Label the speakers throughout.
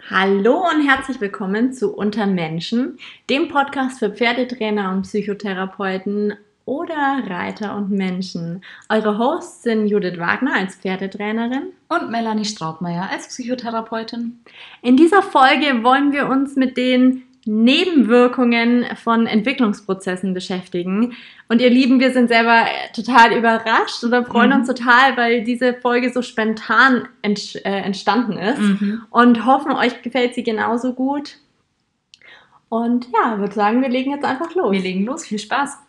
Speaker 1: Hallo und herzlich willkommen zu Unter Menschen, dem Podcast für Pferdetrainer und Psychotherapeuten oder Reiter und Menschen. Eure Hosts sind Judith Wagner als Pferdetrainerin
Speaker 2: und Melanie Straubmeier als Psychotherapeutin.
Speaker 1: In dieser Folge wollen wir uns mit den Nebenwirkungen von Entwicklungsprozessen beschäftigen. Und ihr Lieben, wir sind selber total überrascht oder freuen uns total, weil diese Folge so spontan entstanden ist und hoffen, euch gefällt sie genauso gut. Und ja, ich würde sagen, wir legen jetzt einfach los.
Speaker 2: Wir legen los, viel Spaß!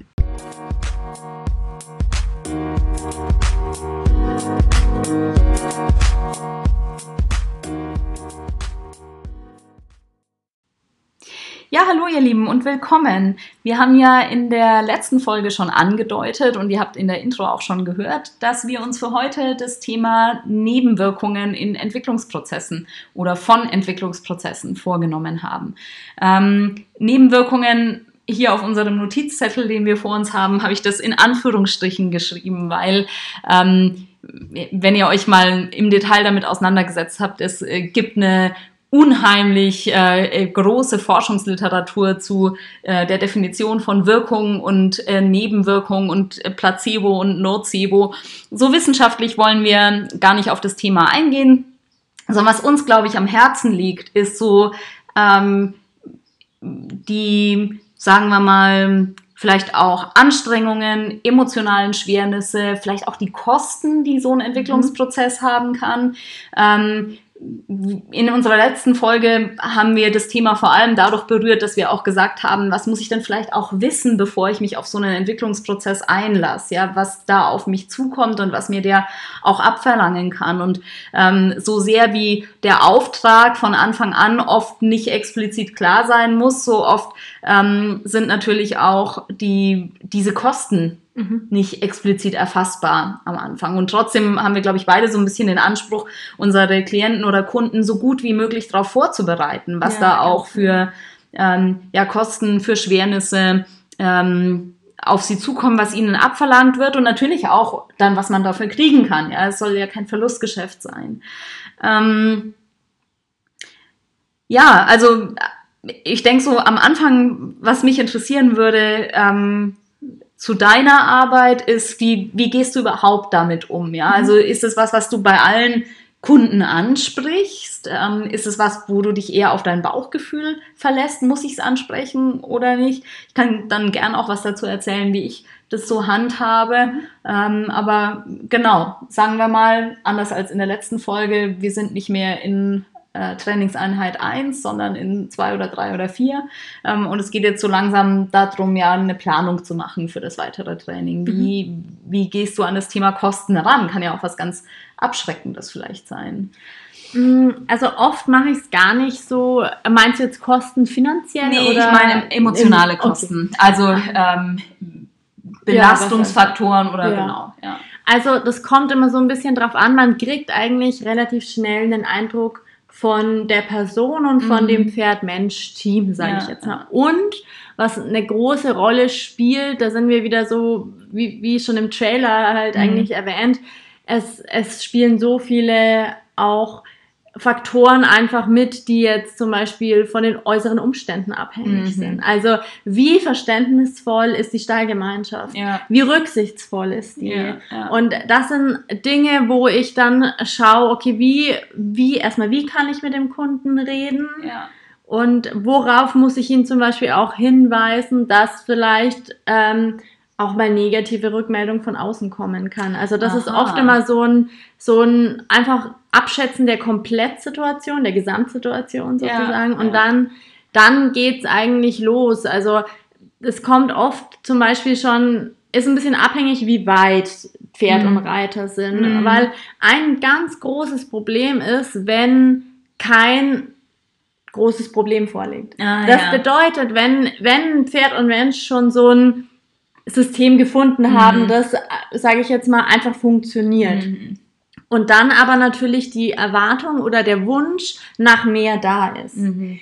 Speaker 2: Ja, hallo ihr Lieben und willkommen. Wir haben ja in der letzten Folge schon angedeutet und ihr habt in der Intro auch schon gehört, dass wir uns für heute das Thema Nebenwirkungen in Entwicklungsprozessen oder von Entwicklungsprozessen vorgenommen haben. Nebenwirkungen hier auf unserem Notizzettel, den wir vor uns haben, habe ich das in Anführungsstrichen geschrieben, weil wenn ihr euch mal im Detail damit auseinandergesetzt habt, es gibt eine unheimlich große Forschungsliteratur zu der Definition von Wirkung und Nebenwirkung und Placebo und Nocebo. So wissenschaftlich wollen wir gar nicht auf das Thema eingehen, sondern was uns, glaube ich, am Herzen liegt, ist so die, sagen wir mal, vielleicht auch Anstrengungen, emotionalen Schwernisse, vielleicht auch die Kosten, die so ein Entwicklungsprozess haben kann. In unserer letzten Folge haben wir das Thema vor allem dadurch berührt, dass wir auch gesagt haben, was muss ich denn vielleicht auch wissen, bevor ich mich auf so einen Entwicklungsprozess einlasse, ja, was da auf mich zukommt und was mir der auch abverlangen kann. Und so sehr wie der Auftrag von Anfang an oft nicht explizit klar sein muss, so oft sind natürlich auch diese Kosten nicht explizit erfassbar am Anfang. Und trotzdem haben wir, glaube ich, beide so ein bisschen den Anspruch, unsere Klienten oder Kunden so gut wie möglich darauf vorzubereiten, was da auch für Kosten, für Schwernisse auf sie zukommen, was ihnen abverlangt wird und natürlich auch dann, was man dafür kriegen kann. Ja, es soll ja kein Verlustgeschäft sein. Also ich denke so am Anfang, was mich interessieren würde, zu deiner Arbeit ist, wie gehst du überhaupt damit um? Ja? Also ist es was du bei allen Kunden ansprichst? Ist es was, wo du dich eher auf dein Bauchgefühl verlässt? Muss ich es ansprechen oder nicht? Ich kann dann gern auch was dazu erzählen, wie ich das so handhabe. Aber genau, sagen wir mal, anders als in der letzten Folge, wir sind nicht mehr in Trainingseinheit 1, sondern in 2 oder 3 oder 4. Und es geht jetzt so langsam darum, ja, eine Planung zu machen für das weitere Training. Wie gehst du an das Thema Kosten ran? Kann ja auch was ganz Abschreckendes vielleicht sein.
Speaker 1: Also oft mache ich es gar nicht so. Meinst du jetzt Kosten finanziell?
Speaker 2: Nee,
Speaker 1: oder
Speaker 2: ich meine emotionale Kosten. Okay. Also Belastungsfaktoren oder genau. Ja.
Speaker 1: Also das kommt immer so ein bisschen drauf an. Man kriegt eigentlich relativ schnell einen Eindruck von der Person und von dem Pferd-Mensch-Team, sage ich jetzt mal. Und was eine große Rolle spielt, da sind wir wieder so, wie schon im Trailer halt eigentlich erwähnt, es spielen so viele auch Faktoren einfach mit, die jetzt zum Beispiel von den äußeren Umständen abhängig sind. Also wie verständnisvoll ist die Stallgemeinschaft? Ja. Wie rücksichtsvoll ist die? Ja. Und das sind Dinge, wo ich dann schaue, okay, wie kann ich mit dem Kunden reden? Ja. Und worauf muss ich ihn zum Beispiel auch hinweisen, dass vielleicht auch mal negative Rückmeldung von außen kommen kann. Also das ist oft immer so ein einfach Abschätzen der Komplettsituation, der Gesamtsituation sozusagen. Und dann geht's eigentlich los. Also es kommt oft zum Beispiel schon, ist ein bisschen abhängig, wie weit Pferd und Reiter sind. Weil ein ganz großes Problem ist, wenn kein großes Problem vorliegt. Das bedeutet, wenn Pferd und Mensch schon so ein System gefunden haben, das, sage ich jetzt mal, einfach funktioniert. Und dann aber natürlich die Erwartung oder der Wunsch nach mehr da ist.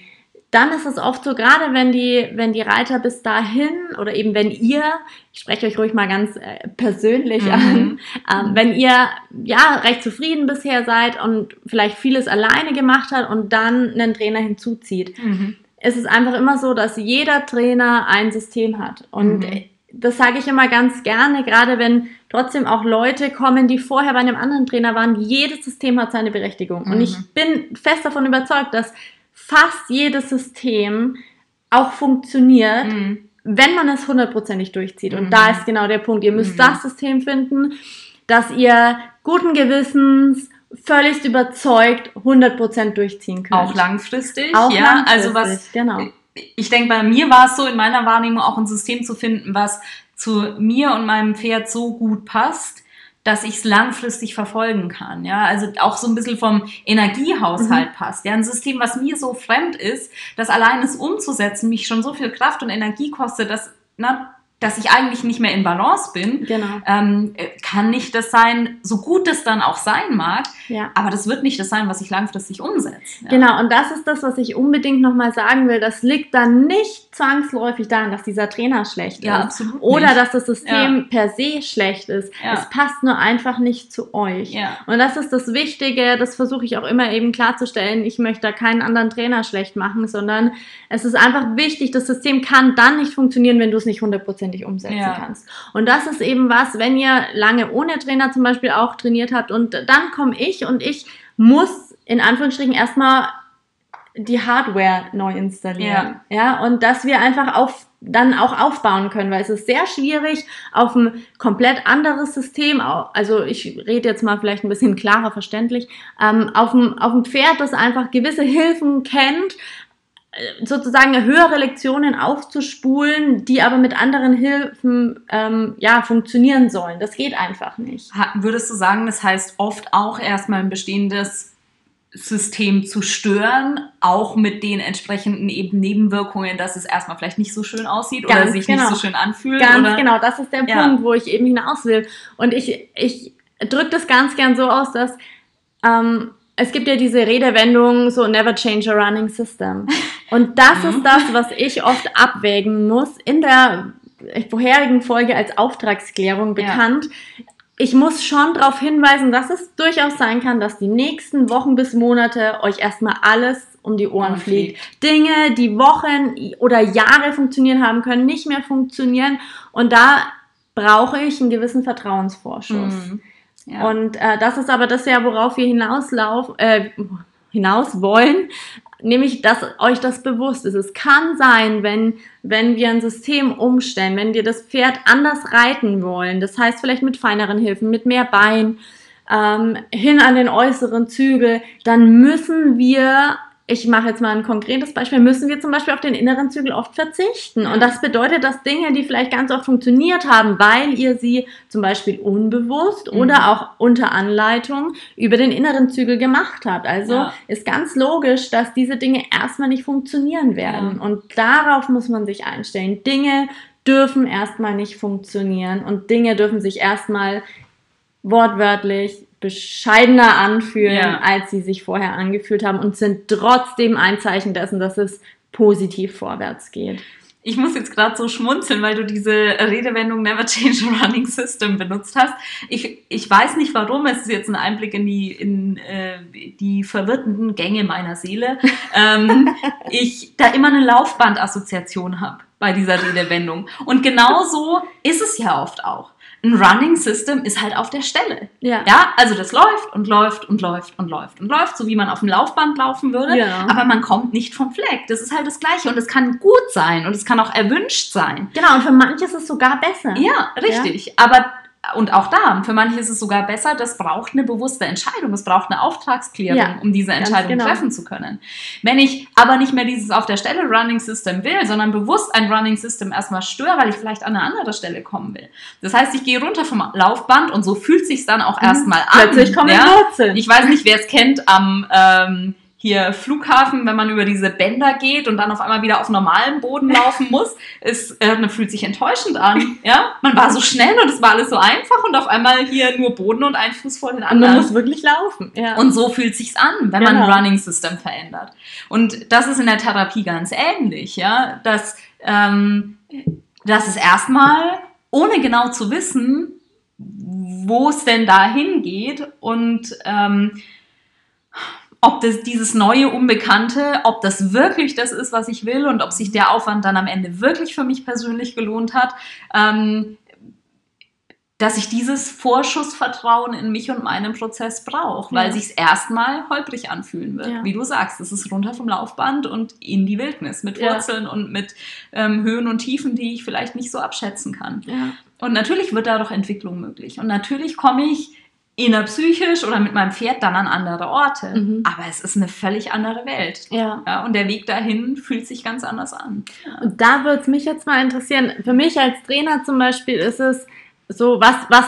Speaker 1: dann ist es oft so, gerade wenn die Reiter bis dahin oder eben wenn ihr, ich spreche euch ruhig mal ganz persönlich an, wenn ihr ja recht zufrieden bisher seid und vielleicht vieles alleine gemacht habt und dann einen Trainer hinzuzieht, ist es einfach immer so, dass jeder Trainer ein System hat. Und das sage ich immer ganz gerne, gerade wenn trotzdem auch Leute kommen, die vorher bei einem anderen Trainer waren. Jedes System hat seine Berechtigung. Und ich bin fest davon überzeugt, dass fast jedes System auch funktioniert, wenn man es 100%ig durchzieht. Und da ist genau der Punkt. Ihr müsst das System finden, dass ihr guten Gewissens, völlig überzeugt 100% durchziehen könnt.
Speaker 2: Auch langfristig. Also
Speaker 1: genau.
Speaker 2: Ich denke, bei mir war es so, in meiner Wahrnehmung auch ein System zu finden, was zu mir und meinem Pferd so gut passt, dass ich es langfristig verfolgen kann. Ja, also auch so ein bisschen vom Energiehaushalt passt. Ja, ein System, was mir so fremd ist, dass allein es umzusetzen mich schon so viel Kraft und Energie kostet, dass ich eigentlich nicht mehr in Balance bin, kann nicht das sein, so gut es dann auch sein mag, aber das wird nicht das sein, was ich langfristig umsetze. Ja.
Speaker 1: Genau, und das ist das, was ich unbedingt nochmal sagen will. Das liegt dann nicht zwangsläufig daran, dass dieser Trainer schlecht ist.
Speaker 2: Absolut
Speaker 1: oder
Speaker 2: nicht.
Speaker 1: Dass das System per se schlecht ist.
Speaker 2: Ja.
Speaker 1: Es passt nur einfach nicht zu euch.
Speaker 2: Ja.
Speaker 1: Und das ist das Wichtige, das versuche ich auch immer eben klarzustellen. Ich möchte da keinen anderen Trainer schlecht machen, sondern es ist einfach wichtig, das System kann dann nicht funktionieren, wenn du es nicht 100%ig umsetzen kannst. Und das ist eben was, wenn ihr lange ohne Trainer zum Beispiel auch trainiert habt und dann komme ich und ich muss in Anführungsstrichen erstmal die Hardware neu installieren. Ja, und dass wir einfach dann auch aufbauen können, weil es ist sehr schwierig auf ein komplett anderes System, also ich rede jetzt mal vielleicht ein bisschen klarer verständlich, auf ein Pferd, das einfach gewisse Hilfen kennt, sozusagen höhere Lektionen aufzuspulen, die aber mit anderen Hilfen funktionieren sollen. Das geht einfach nicht.
Speaker 2: Würdest du sagen, das heißt oft auch erstmal ein bestehendes System zu stören, auch mit den entsprechenden eben Nebenwirkungen, dass es erstmal vielleicht nicht so schön aussieht oder sich nicht so schön anfühlt?
Speaker 1: Ganz genau, das ist der Punkt, wo ich eben hinaus will. Und ich drücke das ganz gern so aus, dass es gibt ja diese Redewendung, so never change a running system. Und das ist das, was ich oft abwägen muss, in der vorherigen Folge als Auftragsklärung bekannt. Ich muss schon darauf hinweisen, dass es durchaus sein kann, dass die nächsten Wochen bis Monate euch erstmal alles um die Ohren fliegt. Dinge, die Wochen oder Jahre funktionieren haben, können nicht mehr funktionieren. Und da brauche ich einen gewissen Vertrauensvorschuss. Ja. Und das ist aber das ja, worauf wir hinaus wollen, nämlich, dass euch das bewusst ist. Es kann sein, wenn wir ein System umstellen, wenn wir das Pferd anders reiten wollen, das heißt vielleicht mit feineren Hilfen, mit mehr Bein, hin an den äußeren Zügel, dann müssen wir, ich mache jetzt mal ein konkretes Beispiel, müssen wir zum Beispiel auf den inneren Zügel oft verzichten. Und das bedeutet, dass Dinge, die vielleicht ganz oft funktioniert haben, weil ihr sie zum Beispiel unbewusst oder auch unter Anleitung über den inneren Zügel gemacht habt. Also ist ganz logisch, dass diese Dinge erstmal nicht funktionieren werden. Und darauf muss man sich einstellen. Dinge dürfen erstmal nicht funktionieren und Dinge dürfen sich erstmal wortwörtlich bescheidener anfühlen, als sie sich vorher angefühlt haben und sind trotzdem ein Zeichen dessen, dass es positiv vorwärts geht.
Speaker 2: Ich muss jetzt gerade so schmunzeln, weil du diese Redewendung Never Change a Running System benutzt hast. Ich weiß nicht warum, es ist jetzt ein Einblick in die verwirrten Gänge meiner Seele, ich da immer eine Laufbandassoziation habe bei dieser Redewendung. Und genauso ist es ja oft auch. Ein Running System ist halt auf der Stelle. Ja, also das läuft und läuft und läuft und läuft und läuft, so wie man auf dem Laufband laufen würde, aber man kommt nicht vom Fleck. Das ist halt das Gleiche und es kann gut sein und es kann auch erwünscht sein.
Speaker 1: Genau, und für manche ist es sogar besser.
Speaker 2: Ja, richtig. Ja. Aber und auch da, für manche ist es sogar besser, das braucht eine bewusste Entscheidung, es braucht eine Auftragsklärung, um diese Entscheidung treffen zu können. Wenn ich aber nicht mehr dieses auf der Stelle Running System will, sondern bewusst ein Running System erstmal störe, weil ich vielleicht an eine andere Stelle kommen will. Das heißt, ich gehe runter vom Laufband und so fühlt es sich dann auch erstmal an.
Speaker 1: Plötzlich kommen Wurzeln.
Speaker 2: Ich weiß nicht, wer es kennt, hier Flughafen, wenn man über diese Bänder geht und dann auf einmal wieder auf normalem Boden laufen muss, fühlt sich enttäuschend an. Ja? Man war so schnell und es war alles so einfach und auf einmal hier nur Boden und ein Fuß vor den anderen.
Speaker 1: Und man muss wirklich laufen. Ja.
Speaker 2: Und so fühlt es sich an, wenn man ein Running System verändert. Und das ist in der Therapie ganz ähnlich, ja, dass es erstmal, ohne genau zu wissen, wo es denn dahin geht und ob das dieses neue Unbekannte, ob das wirklich das ist, was ich will und ob sich der Aufwand dann am Ende wirklich für mich persönlich gelohnt hat, dass ich dieses Vorschussvertrauen in mich und meinen Prozess brauche, weil sich's erstmal holprig anfühlen wird. Ja. Wie du sagst, es ist runter vom Laufband und in die Wildnis mit Wurzeln und mit Höhen und Tiefen, die ich vielleicht nicht so abschätzen kann. Ja. Und natürlich wird dadurch Entwicklung möglich. Und natürlich komme ich innerpsychisch oder mit meinem Pferd dann an andere Orte. Aber es ist eine völlig andere Welt. Ja. Ja, und der Weg dahin fühlt sich ganz anders an.
Speaker 1: Ja. Und da würde es mich jetzt mal interessieren, für mich als Trainer zum Beispiel ist es so,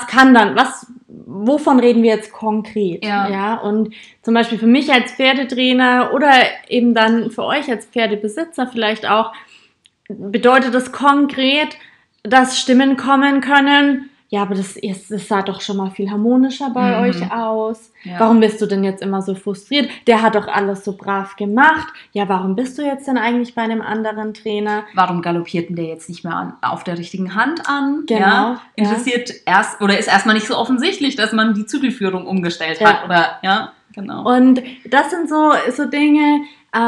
Speaker 1: wovon reden wir jetzt konkret? Ja. Und zum Beispiel für mich als Pferdetrainer oder eben dann für euch als Pferdebesitzer vielleicht auch, bedeutet das konkret, dass Stimmen kommen können, ja, aber das sah doch schon mal viel harmonischer bei euch aus. Ja. Warum bist du denn jetzt immer so frustriert? Der hat doch alles so brav gemacht. Ja, warum bist du jetzt denn eigentlich bei einem anderen Trainer?
Speaker 2: Warum galoppiert denn der jetzt nicht mehr auf der richtigen Hand an? Genau. Ja, interessiert erst, oder ist erstmal nicht so offensichtlich, dass man die Zügelführung umgestellt hat, oder, ja, genau.
Speaker 1: Und das sind so Dinge,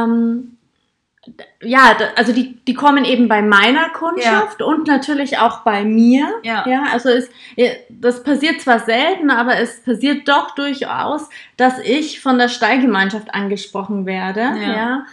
Speaker 1: also die kommen eben bei meiner Kundschaft und natürlich auch bei mir. Ja, also das passiert zwar selten, aber es passiert doch durchaus, dass ich von der Stallgemeinschaft angesprochen werde. Ja.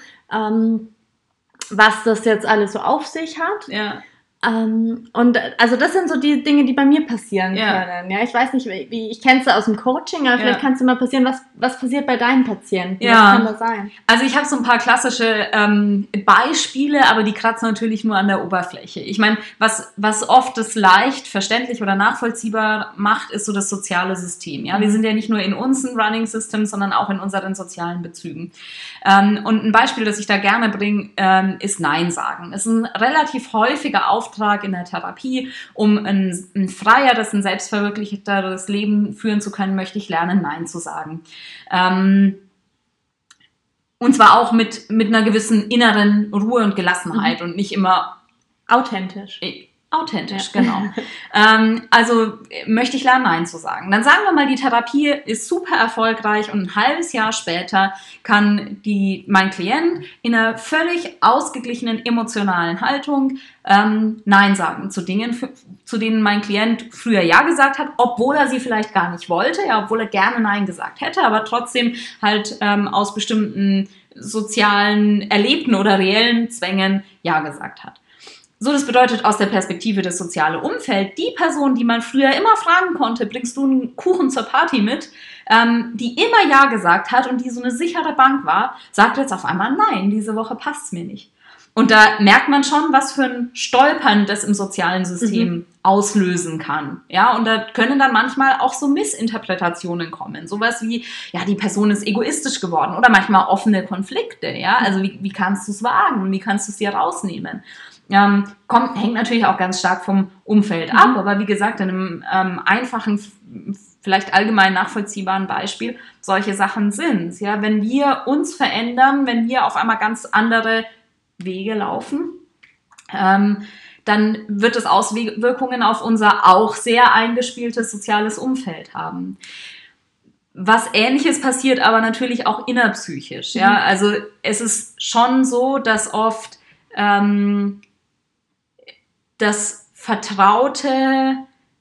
Speaker 1: Was das jetzt alles so auf sich hat. Ja. Und also das sind so die Dinge, die bei mir passieren können. Ja, ich weiß nicht, ich kenne es aus dem Coaching, aber vielleicht kann es dir mal passieren, was passiert bei deinen Patienten? Was kann das sein?
Speaker 2: Also ich habe so ein paar klassische Beispiele, aber die kratzen natürlich nur an der Oberfläche. Ich meine, was oft das leicht verständlich oder nachvollziehbar macht, ist so das soziale System. Ja, wir sind ja nicht nur in uns ein Running System, sondern auch in unseren sozialen Bezügen. Und ein Beispiel, das ich da gerne bringe, ist Nein sagen. Es ist ein relativ häufiger Auftrag in der Therapie, um ein freieres, ein selbstverwirklichteres Leben führen zu können, möchte ich lernen, Nein zu sagen. Und zwar auch mit einer gewissen inneren Ruhe und Gelassenheit und nicht immer
Speaker 1: authentisch.
Speaker 2: Authentisch, genau. Also möchte ich lernen, Nein zu sagen. Dann sagen wir mal, die Therapie ist super erfolgreich und ein halbes Jahr später kann mein Klient in einer völlig ausgeglichenen emotionalen Haltung Nein sagen zu Dingen, zu denen mein Klient früher Ja gesagt hat, obwohl er sie vielleicht gar nicht wollte, ja, obwohl er gerne Nein gesagt hätte, aber trotzdem halt aus bestimmten sozialen Erlebten oder reellen Zwängen Ja gesagt hat. So, das bedeutet aus der Perspektive des sozialen Umfelds, die Person, die man früher immer fragen konnte, bringst du einen Kuchen zur Party mit, die immer Ja gesagt hat und die so eine sichere Bank war, sagt jetzt auf einmal Nein, diese Woche passt's mir nicht. Und da merkt man schon, was für ein Stolpern das im sozialen System auslösen kann. Ja, und da können dann manchmal auch so Missinterpretationen kommen. Sowas wie, ja, die Person ist egoistisch geworden oder manchmal offene Konflikte. Ja, also wie kannst du es wagen? Wie kannst du es dir rausnehmen? Hängt natürlich auch ganz stark vom Umfeld ab, aber wie gesagt, in einem einfachen, vielleicht allgemein nachvollziehbaren Beispiel, solche Sachen sind. Ja, wenn wir uns verändern, wenn wir auf einmal ganz andere Wege laufen, dann wird es Auswirkungen auf unser auch sehr eingespieltes soziales Umfeld haben. Was Ähnliches passiert aber natürlich auch innerpsychisch. Ja? Also es ist schon so, dass oft das vertraute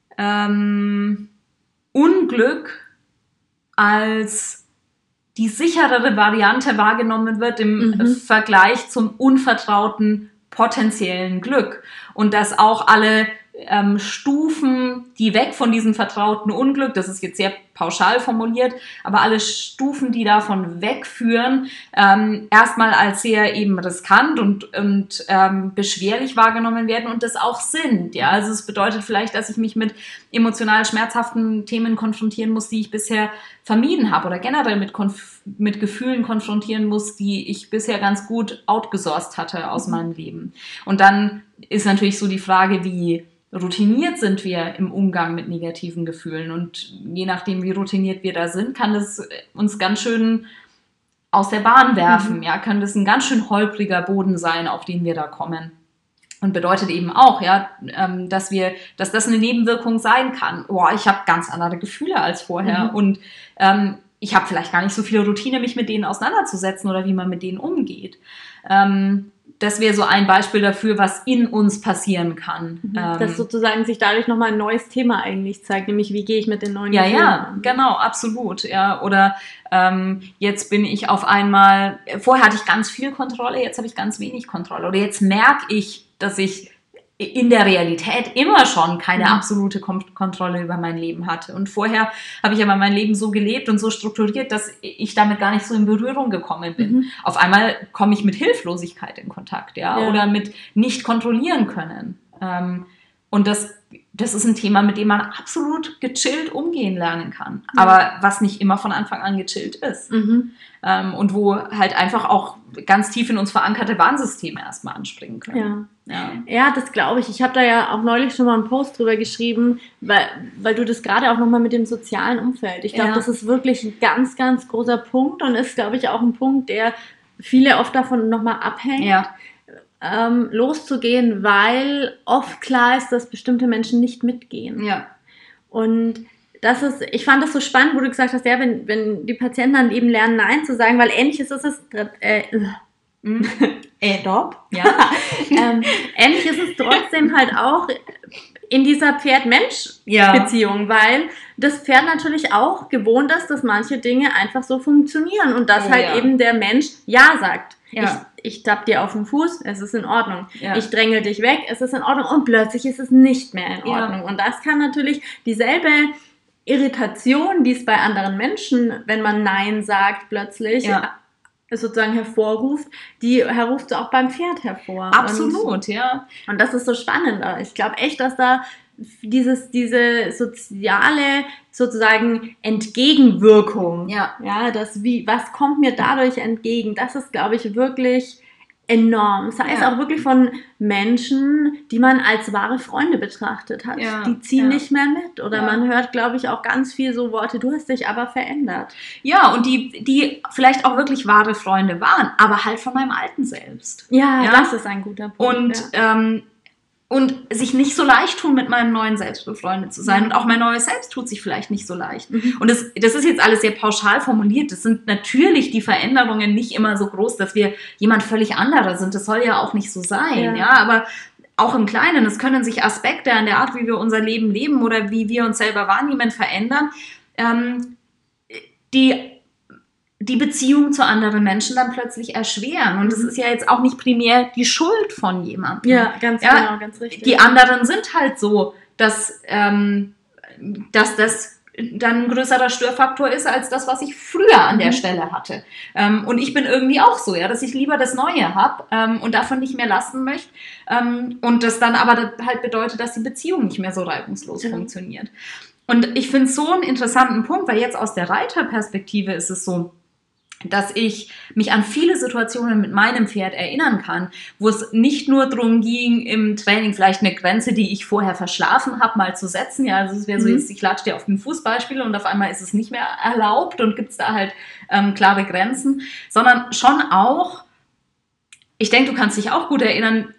Speaker 2: Unglück als die sicherere Variante wahrgenommen wird im Vergleich zum unvertrauten potenziellen Glück. Und dass auch alle Stufen, die weg von diesem vertrauten Unglück, das ist jetzt sehr pauschal formuliert, aber alle Stufen, die davon wegführen, erstmal als sehr eben riskant und beschwerlich wahrgenommen werden und das auch sind. Ja? Also es bedeutet vielleicht, dass ich mich mit emotional schmerzhaften Themen konfrontieren muss, die ich bisher vermieden habe oder generell mit Gefühlen konfrontieren muss, die ich bisher ganz gut outgesourced hatte aus meinem Leben. Und dann ist natürlich so die Frage, wie routiniert sind wir im Umgang mit negativen Gefühlen, und je nachdem, wie routiniert wir da sind, kann das uns ganz schön aus der Bahn werfen, ja, kann das ein ganz schön holpriger Boden sein, auf den wir da kommen. Und bedeutet eben auch, ja, dass das eine Nebenwirkung sein kann. Boah, ich habe ganz andere Gefühle als vorher und ich habe vielleicht gar nicht so viel Routine, mich mit denen auseinanderzusetzen oder wie man mit denen umgeht. Das wäre so ein Beispiel dafür, was in uns passieren kann.
Speaker 1: Dass sozusagen sich dadurch nochmal ein neues Thema eigentlich zeigt, nämlich wie gehe ich mit den neuen Gefühlen an.
Speaker 2: Ja, genau, absolut. Ja. Oder jetzt bin ich auf einmal, vorher hatte ich ganz viel Kontrolle, jetzt habe ich ganz wenig Kontrolle. Oder jetzt merke ich, dass ich in der Realität immer schon keine absolute Kontrolle über mein Leben hatte. Und vorher habe ich aber mein Leben so gelebt und so strukturiert, dass ich damit gar nicht so in Berührung gekommen bin. Auf einmal komme ich mit Hilflosigkeit in Kontakt, ja, oder mit nicht kontrollieren können. Und das ist ein Thema, mit dem man absolut gechillt umgehen lernen kann. Aber was nicht immer von Anfang an gechillt ist. Und wo halt einfach auch ganz tief in uns verankerte Warnsysteme erstmal anspringen können.
Speaker 1: Ja, das glaube ich. Ich habe da ja auch neulich schon mal einen Post drüber geschrieben, weil du das gerade auch nochmal mit dem sozialen Umfeld. Ich glaube, das ist wirklich ein ganz, ganz großer Punkt und ist, glaube ich, auch ein Punkt, der viele oft davon nochmal abhängt. Loszugehen, weil oft klar ist, dass bestimmte Menschen nicht mitgehen. Und ich fand das so spannend, wo du gesagt hast, ja, wenn die Patienten dann eben lernen, Nein zu sagen, weil ähnliches ist es, ähnlich ist es trotzdem halt auch in dieser Pferd-Mensch-Beziehung, weil das Pferd natürlich auch gewohnt ist, dass manche Dinge einfach so funktionieren und dass eben der Mensch Ja sagt. Ich tapp dir auf den Fuß, es ist in Ordnung. Ich drängel dich weg, es ist in Ordnung. Und plötzlich ist es nicht mehr in Ordnung. Und das kann natürlich dieselbe Irritation, die es bei anderen Menschen, wenn man Nein sagt, plötzlich sozusagen hervorruft, die herruft auch beim Pferd hervor.
Speaker 2: Absolut,
Speaker 1: Und das ist so spannend. Ich glaube echt, dass da diese soziale sozusagen Entgegenwirkung, was kommt mir dadurch entgegen, das ist, glaube ich, wirklich enorm. Das heißt auch wirklich von Menschen, die man als wahre Freunde betrachtet hat. Die ziehen nicht mehr mit. Oder man hört, glaube ich, auch ganz viel so Worte, du hast dich aber verändert.
Speaker 2: Ja, und die vielleicht auch wirklich wahre Freunde waren, aber halt von meinem alten Selbst.
Speaker 1: Das ist ein guter Punkt.
Speaker 2: Und sich nicht so leicht tun, mit meinem neuen Selbst befreundet zu sein. Und auch mein neues Selbst tut sich vielleicht nicht so leicht. Und das ist jetzt alles sehr pauschal formuliert. Das sind natürlich die Veränderungen nicht immer so groß, dass wir jemand völlig anderer sind. Das soll ja auch nicht so sein. Aber auch im Kleinen, es können sich Aspekte an der Art, wie wir unser Leben leben oder wie wir uns selber wahrnehmen, verändern, die Beziehung zu anderen Menschen dann plötzlich erschweren. Und das ist ja jetzt auch nicht primär die Schuld von jemandem.
Speaker 1: Ja, ganz genau, ganz richtig.
Speaker 2: Die anderen sind halt so, dass das dann ein größerer Störfaktor ist, als das, was ich früher an der Stelle hatte. Und ich bin irgendwie auch so, dass ich lieber das Neue habe und davon nicht mehr lassen möchte. Und das dann aber halt bedeutet, dass die Beziehung nicht mehr so reibungslos funktioniert. Und ich finde es so einen interessanten Punkt, weil jetzt aus der Reiterperspektive ist es so, dass ich mich an viele Situationen mit meinem Pferd erinnern kann, wo es nicht nur darum ging, im Training vielleicht eine Grenze, die ich vorher verschlafen habe, mal zu setzen. Ja, also es wäre so, jetzt ich latsche dir auf den Fußbeispiel und auf einmal ist es nicht mehr erlaubt und gibt es da halt klare Grenzen, sondern schon auch, ich denke, du kannst dich auch gut erinnern,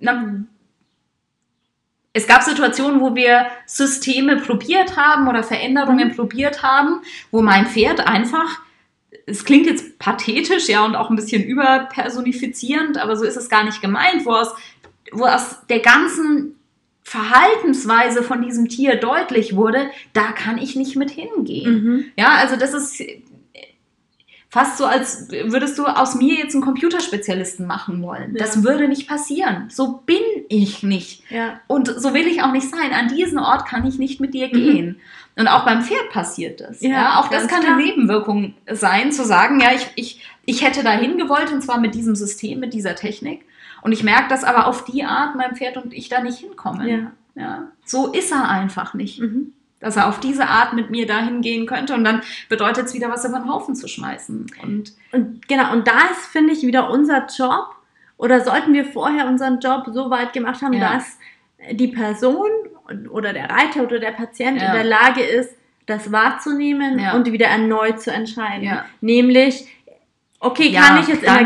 Speaker 2: es gab Situationen, wo wir Systeme probiert haben oder Veränderungen probiert haben, wo mein Pferd einfach, es klingt jetzt pathetisch, und auch ein bisschen überpersonifizierend, aber so ist es gar nicht gemeint, wo aus der ganzen Verhaltensweise von diesem Tier deutlich wurde, da kann ich nicht mit hingehen. Also das ist fast so, als würdest du aus mir jetzt einen Computerspezialisten machen wollen. Das würde nicht passieren. So bin ich nicht.
Speaker 1: Ja.
Speaker 2: Und so will ich auch nicht sein. An diesen Ort kann ich nicht mit dir gehen. Und auch beim Pferd passiert das. Ja, auch das kann eine Nebenwirkung sein, zu sagen, ja, ich hätte dahin gewollt, und zwar mit diesem System, mit dieser Technik. Und ich merke, dass aber auf die Art mein Pferd und ich da nicht hinkommen.
Speaker 1: Ja.
Speaker 2: Ja. So ist er einfach nicht. Dass er auf diese Art mit mir dahin gehen könnte, und dann bedeutet es wieder, was über den Haufen zu schmeißen. Und
Speaker 1: genau, und da ist, finde ich, wieder unser Job, oder sollten wir vorher unseren Job so weit gemacht haben, dass die Person oder der Reiter oder der Patient in der Lage ist, das wahrzunehmen und wieder erneut zu entscheiden. Ja. Nämlich, okay, kann ich jetzt in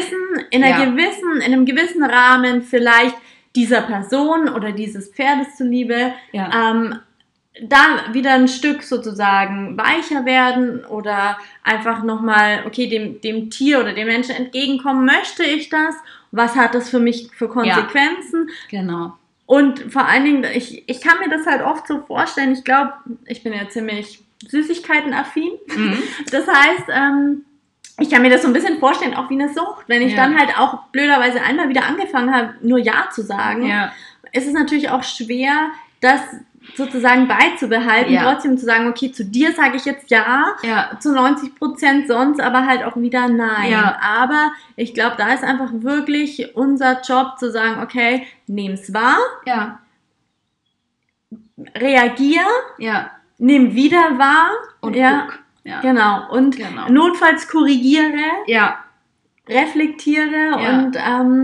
Speaker 1: einem gewissen Rahmen vielleicht dieser Person oder dieses Pferdes zuliebe da wieder ein Stück sozusagen weicher werden oder einfach nochmal, okay, dem Tier oder dem Menschen entgegenkommen, möchte ich das? Was hat das für mich für Konsequenzen?
Speaker 2: Ja, genau.
Speaker 1: Und vor allen Dingen, ich kann mir das halt oft so vorstellen, ich glaube, ich bin ja ziemlich süßigkeitenaffin. Das heißt, ich kann mir das so ein bisschen vorstellen, auch wie eine Sucht. Wenn ich dann halt auch blöderweise einmal wieder angefangen habe, nur Ja zu sagen, ist es natürlich auch schwer, das sozusagen beizubehalten, trotzdem zu sagen, okay, zu dir sage ich jetzt ja, zu 90% sonst aber halt auch wieder Nein. Ja. Aber ich glaube, da ist einfach wirklich unser Job zu sagen, okay, nehm's wahr, reagier, nimm wieder wahr und guck. Ja. Genau. Und notfalls korrigiere, reflektiere und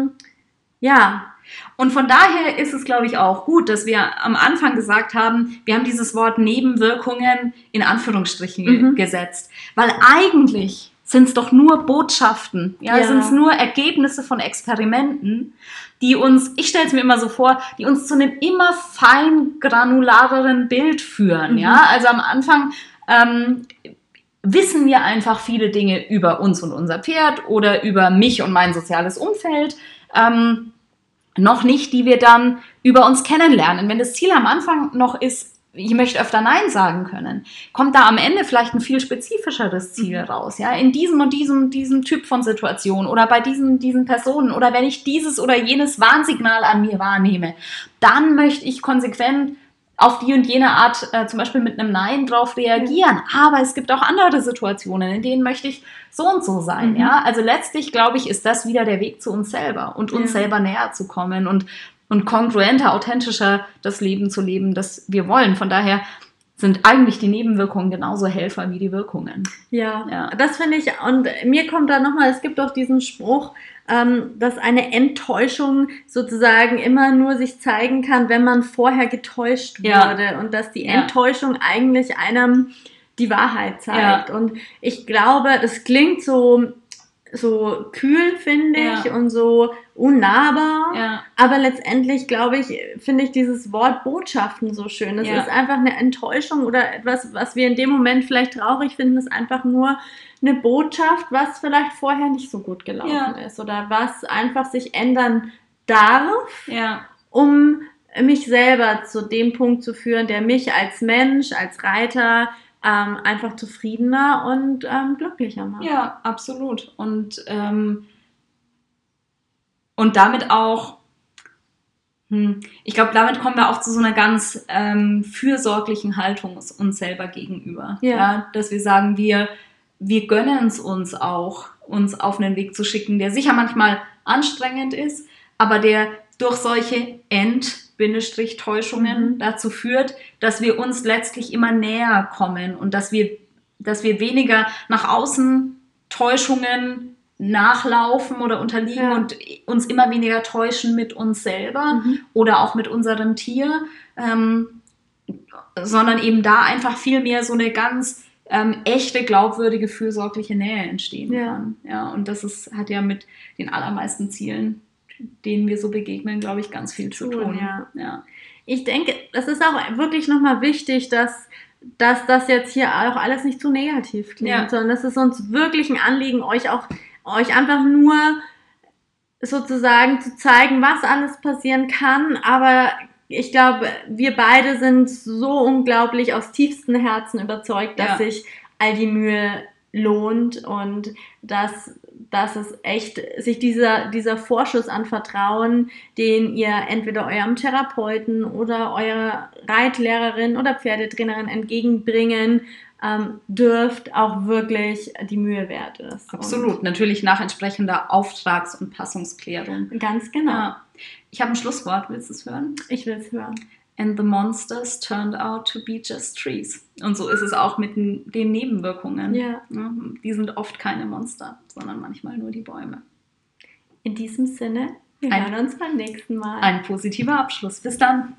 Speaker 2: Und von daher ist es, glaube ich, auch gut, dass wir am Anfang gesagt haben, wir haben dieses Wort Nebenwirkungen in Anführungsstrichen gesetzt. Weil eigentlich sind es doch nur Botschaften, sind es nur Ergebnisse von Experimenten, die uns, ich stelle es mir immer so vor, die uns zu einem immer feingranulareren Bild führen. Ja? Also am Anfang wissen wir einfach viele Dinge über uns und unser Pferd oder über mich und mein soziales Umfeld, noch nicht, die wir dann über uns kennenlernen. Wenn das Ziel am Anfang noch ist, ich möchte öfter Nein sagen können, kommt da am Ende vielleicht ein viel spezifischeres Ziel raus. Ja? In diesem und diesem Typ von Situation oder bei diesen Personen oder wenn ich dieses oder jenes Warnsignal an mir wahrnehme, dann möchte ich konsequent auf die und jene Art zum Beispiel mit einem Nein drauf reagieren. Aber es gibt auch andere Situationen, in denen möchte ich so und so sein. Ja? Also letztlich, glaube ich, ist das wieder der Weg zu uns selber und uns selber näher zu kommen und kongruenter, authentischer das Leben zu leben, das wir wollen. Von daher sind eigentlich die Nebenwirkungen genauso Helfer wie die Wirkungen.
Speaker 1: Ja. Das finde ich, und mir kommt da nochmal, es gibt auch diesen Spruch, dass eine Enttäuschung sozusagen immer nur sich zeigen kann, wenn man vorher getäuscht wurde und dass die Enttäuschung eigentlich einem die Wahrheit zeigt. Und ich glaube, das klingt so kühl, finde ich, und so unnahbar, aber letztendlich, glaube ich, finde ich dieses Wort Botschaften so schön. Es ist einfach eine Enttäuschung oder etwas, was wir in dem Moment vielleicht traurig finden, ist einfach nur eine Botschaft, was vielleicht vorher nicht so gut gelaufen ist oder was einfach sich ändern darf, um mich selber zu dem Punkt zu führen, der mich als Mensch, als Reiter einfach zufriedener und glücklicher macht.
Speaker 2: Ja, absolut. Und damit auch, ich glaube, damit kommen wir auch zu so einer ganz fürsorglichen Haltung uns selber gegenüber. Ja, dass wir sagen, wir gönnen es uns auch, uns auf einen Weg zu schicken, der sicher manchmal anstrengend ist, aber der durch solche Täuschungen dazu führt, dass wir uns letztlich immer näher kommen und dass wir weniger nach außen Täuschungen nachlaufen oder unterliegen und uns immer weniger täuschen mit uns selber oder auch mit unserem Tier, sondern eben da einfach viel mehr so eine ganz echte, glaubwürdige, fürsorgliche Nähe entstehen kann. Ja, und das hat ja mit den allermeisten Zielen, denen wir so begegnen, glaube ich, ganz viel zu tun. Ja.
Speaker 1: Ich denke, das ist auch wirklich nochmal wichtig, dass das jetzt hier auch alles nicht zu negativ klingt, sondern es ist uns wirklich ein Anliegen, euch einfach nur sozusagen zu zeigen, was alles passieren kann, aber ich glaube, wir beide sind so unglaublich aus tiefstem Herzen überzeugt, dass sich all die Mühe lohnt und dass dass es echt sich dieser Vorschuss an Vertrauen, den ihr entweder eurem Therapeuten oder eurer Reitlehrerin oder Pferdetrainerin entgegenbringen dürft, auch wirklich die Mühe wert ist.
Speaker 2: Absolut, und natürlich nach entsprechender Auftrags- und Passungsklärung.
Speaker 1: Ganz genau.
Speaker 2: Ja. Ich habe ein Schlusswort, willst du es hören?
Speaker 1: Ich will es hören.
Speaker 2: And the monsters turned out to be just trees. Und so ist es auch mit den Nebenwirkungen.
Speaker 1: Ja.
Speaker 2: Die sind oft keine Monster, sondern manchmal nur die Bäume.
Speaker 1: In diesem Sinne, wir hören uns beim nächsten Mal.
Speaker 2: Ein positiver Abschluss. Bis dann.